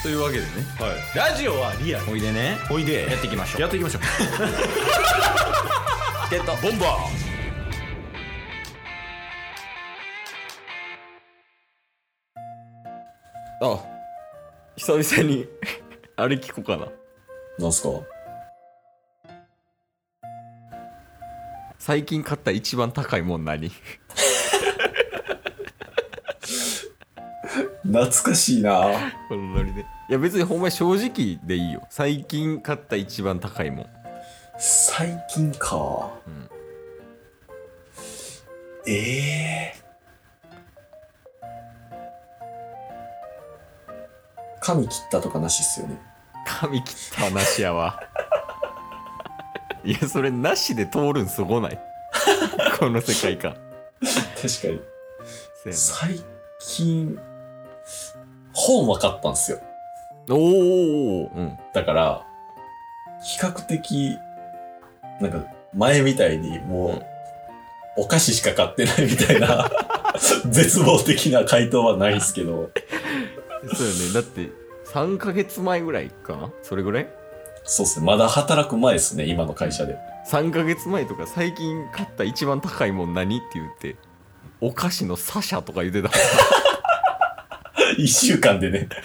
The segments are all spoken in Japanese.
というわけでね、 はい、ラジオはリアル。 おいでね、 おいでやっていきましょう。 やっていきましょうゲットボンバあ、久々にあれ聞こうかな。 なんすか。 最近買った一番高いもん何？ 懐かしいな。 このノリで。いや別にほんま正直でいいよ。最近買った一番高いもん。 最近か。 うん。 髪切ったとかなしっすよね。 髪切った話やわ。いやそれなしで通るんすごない？この世界観。 確かに。 せやな。 最近本は買ったんすよ。 おー、うん。 だから比較的なんか前みたいにもう、お菓子しか買ってないみたいな絶望的な回答はないんすけど。 そうよね。だって3ヶ月前ぐらいかな、それぐらい。 そうっすね。まだ働く前ですね、今の会社で。 3ヶ月前とか最近買った一番高いもん何って言ってお菓子のサシャとか言ってた。 1週間でね。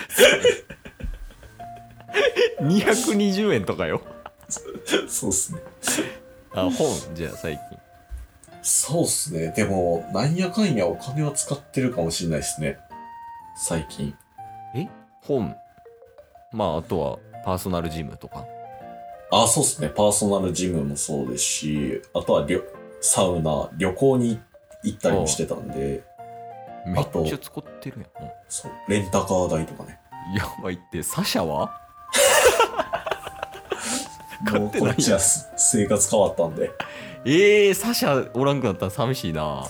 220円とかよ。 そうっすね。 あ、本じゃあ最近。 そうっすね。でも、なんやかんやお金は使ってるかもしれないですね。最近。 本。まああとはパーソナルジムとか。 あ、そうっすね。パーソナルジムもそうですし、あとはサウナ、旅行に行ったりもしてたんで、 めっちゃ使ってるやん。 そう、レンタカー代とかね。 やばいって。サシャは買もってないやん。 うこっちは生活変わったんで。 サシャおらんくなったら寂しいな。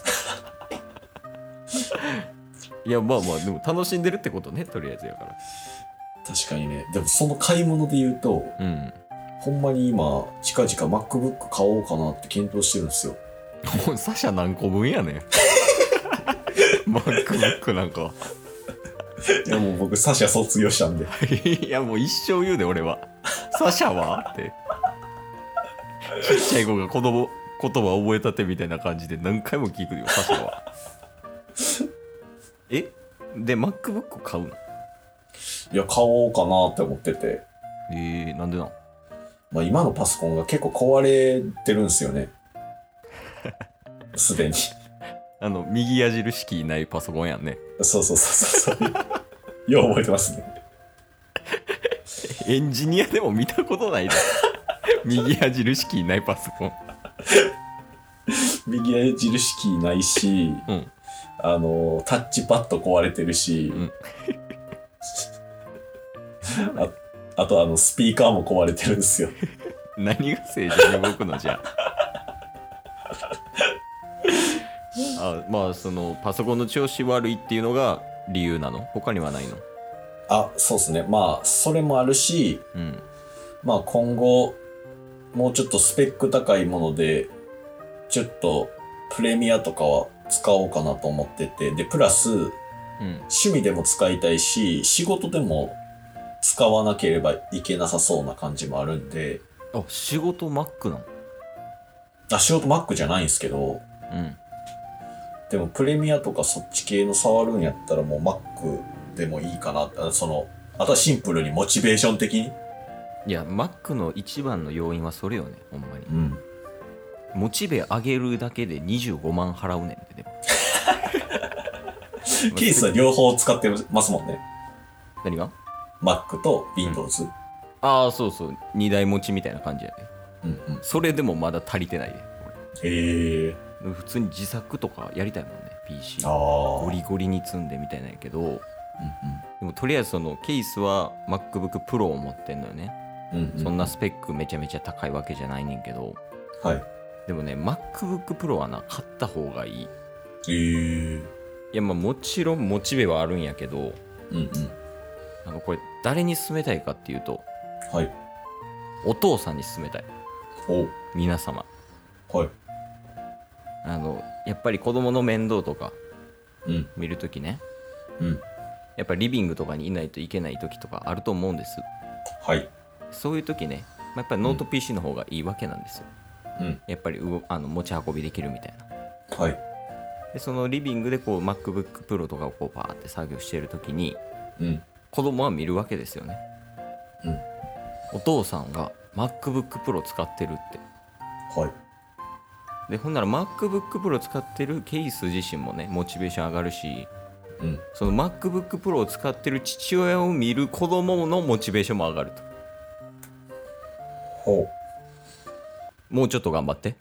いやまあまあでも楽しんでるってことね、とりあえずやから。 確かにね。でもその買い物で言うと、 うん。 ほんまに今、近々 MacBook 買おうかなって検討してるんですよ。 もうサシャ何個分やねん。MacBook なんか。 いやもう僕、サシャ卒業したんで。 いやもう一生言うで俺は。サシャはってちっちゃい子が言葉覚えたてみたいな感じで何回も聞くよ、サシャは。で MacBook 買うの？ いや、買おうかなって思ってて。 なんでなん？ まあ今のパソコンが結構壊れてるんですよね。すでに。 右矢印キーないパソコンやんね。 そうそうそうそう。よう覚えてますね。 エンジニアでも見たことないで。右矢印キーないパソコン。 右矢印キーないし、 うん。 タッチパッド壊れてるし、 うんあとスピーカーも壊れてるんですよ。 何が正常に動くのじゃあ。まあそのパソコンの調子悪いっていうのが理由なの？他にはないの？ あ、そうですね。まあ、それもあるし、 うん。 まあ今後、もうちょっとスペック高いもので、ちょっとプレミアとかは使おうかなと思ってて、で、プラス、 うん。 趣味でも使いたいし、仕事でも使わなければいけなさそうな感じもあるんで、 あ、仕事 Mac なの？ 仕事 Mac じゃないんですけど、 うん。 でもプレミアとかそっち系の触るんやったらもう Mac でもいいかな。あとはシンプルにモチベーション的に。 いや Mac の一番の要因はそれよね、ほんまに。 うん。 モチベ上げるだけで25万払うねんってでも。 ケースは両方使ってますもんね。 何が？ Mac と Windows。 ああそうそう、2台持ちみたいな感じやで。 うんうん。 それでもまだ足りてないで俺。普通に自作とかやりたいもんね、 PC ゴリゴリに積んでみたいなんやけど、 うんうん。 でもとりあえずそのケースは MacBook Pro を持ってんのよね。 うんうん、 そんなスペックめちゃめちゃ高いわけじゃないねんけど、 はい。 でもね MacBook Pro はな、買った方がいい。いやまあもちろんモチベはあるんやけど、 うんうん。 これ誰に勧めたいかっていうと、 はい。 お父さんに勧めたい。皆様。 はい。 やっぱり子供の面倒とかうん。 見るときね、 うん。 やっぱリビングとかにいないといけない時とかあると思うんです。 はい。 そういう時ね、やっぱりノート PC の方がいいわけなんですよ。 うん。 やっぱり持ち運びできるみたいな。 はい。 でそのリビングでこう MacBook Pro とかをこうパーって作業している時にうん。 子供は見るわけですよね。 うん。 お父さんが MacBook Pro 使ってるって。 はい。 でほんなら MacBook Pro 使ってるケイス自身もねモチベーション上がるし、 うん。 その MacBook Pro を使ってる父親を見る子供のモチベーションも上がると。 ほもうちょっと頑張って。 う。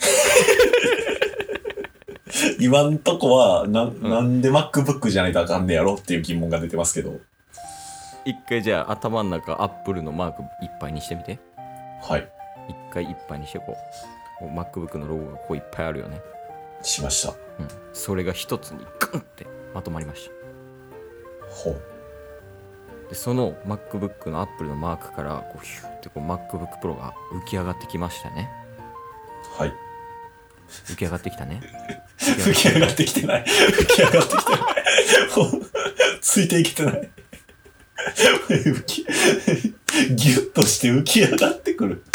今んとこはなんで MacBook じゃないとあかんねやろっていう疑問が出てますけど。 一回じゃあ頭の中 Apple のマークいっぱいにしてみて。 はい。 一回いっぱいにしてこう MacBook のロゴがこういっぱいあるよね。 しました。 それが一つにグンってまとまりました。 ほう。 でその MacBook の Apple のマークからこうヒューってこう MacBook Pro が浮き上がってきましたね。 はい。 浮き上がってきたね。 浮き上がってきてない。浮き上がってきてない。もうついていけてない。ギュッとして浮き上がってくる。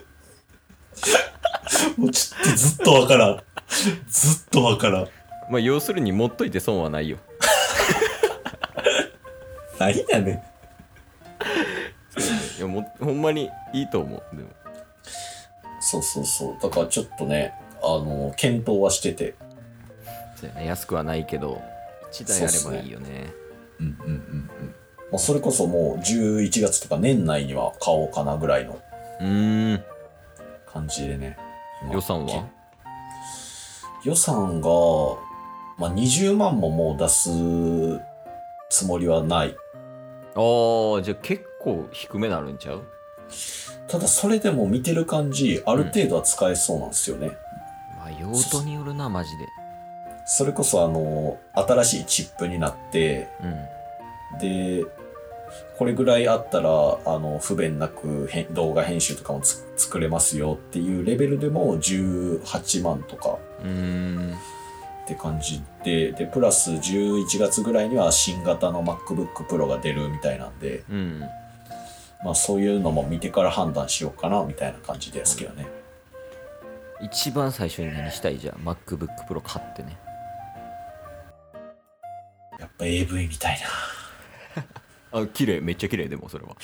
もうちょっとずっとわからん。ずっとわからん。 まあ要するに持っといて損はないよ。 何やねん。 いやもうほんまにいいと思う。でもそうそうそう。だからちょっとね、検討はしてて。 そうやね、安くはないけど1台あればいいよね。 うんうんうんうん。まあ、それこそもう11月とか年内には買おうかなぐらいの感じでね。 予算は？ 予算が、まあ、20万ももう出すつもりはない。 ああ、じゃあ結構低めなるんちゃう？ ただそれでも見てる感じ、ある程度は使えそうなんですよね。 まあ用途によるな、マジで。 それこそ新しいチップになって、で、これぐらいあったら、不便なく動画編集とかも作れますよっていうレベルでも18万とかって感じで、で、プラス11月ぐらいには新型の MacBook Pro が出るみたいなんで、まあそういうのも見てから判断しようかなみたいな感じですけどね。 一番最初に何したい？じゃあ MacBook Pro 買ってね。 やっぱ AV みたいな。 あ、綺麗、めっちゃ綺麗。でもそれは。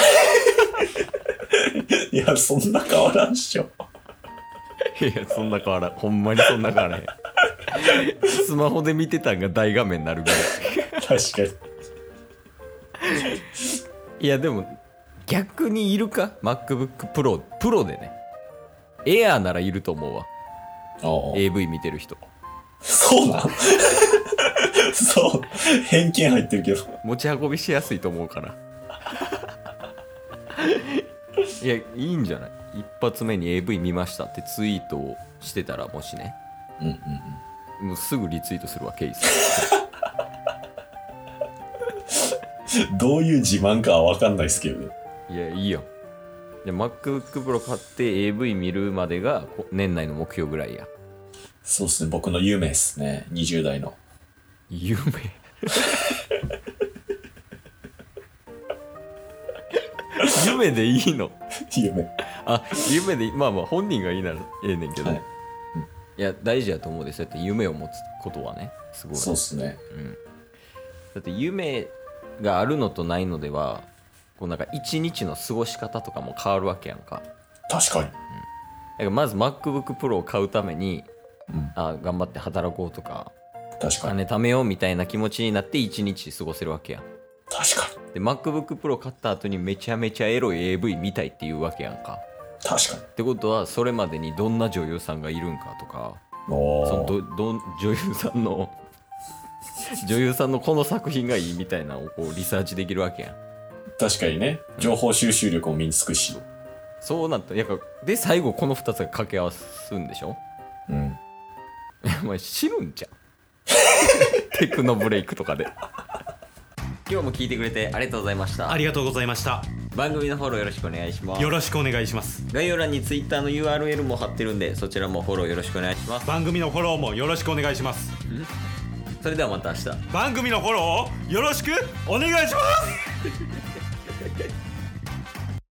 いや、そんな変わらんっしょ。 いや、そんな変わらん。ほんまにそんな変わらへん。スマホで見てたんが大画面になるぐらい。 確かに。 いや、でも逆にいるか MacBook Pro でね。エアーならいると思うわ。AV 見てる人。 そうなんそう。偏見入ってるけど。 持ち運びしやすいと思うから。いや、いいんじゃない？一発目に AV 見ましたってツイートをしてたら、もしね。もうすぐリツイートするわ、ケイス。 どういう自慢かは分かんないですけどね。 いや、いいよ。で MacBook Pro 買って AV 見るまでが年内の目標ぐらいや。 そうっすね、僕の夢ですね、20代の。 夢夢でいいの？ 夢。 あ、夢でまあまあ本人がいいならええねんけど、いや大事やと思うです。だって夢を持つことはね、すごい。 そうっすね。 だって夢があるのとないのでは、こうなんか一日の過ごし方とかも変わるわけやんか。 確かに。 だからまず MacBook Pro を買うために、頑張って働こうとか、 確かに。 金貯めようみたいな気持ちになって一日過ごせるわけやん。 確かに。 で MacBook Pro 買った後にめちゃめちゃエロい AV 見たいっていうわけやんか。 確かに。 ってことはそれまでにどんな女優さんがいるんかとか、その女優さんのこの作品がいいみたいなのをこうリサーチできるわけやん。 確かにね、情報収集力も身につくし。 そうなったで最後この2つが掛け合わすんでしょ。お前死ぬんじゃん。テクノブレイクとかで。今日も聞いてくれてありがとうございました。 ありがとうございました。 番組のフォローよろしくお願いします。 よろしくお願いします。 概要欄に Twitter の URL も貼ってるんで、そちらもフォローよろしくお願いします。 番組のフォローもよろしくお願いします。 それではまた明日。 番組のフォローをよろしくお願いします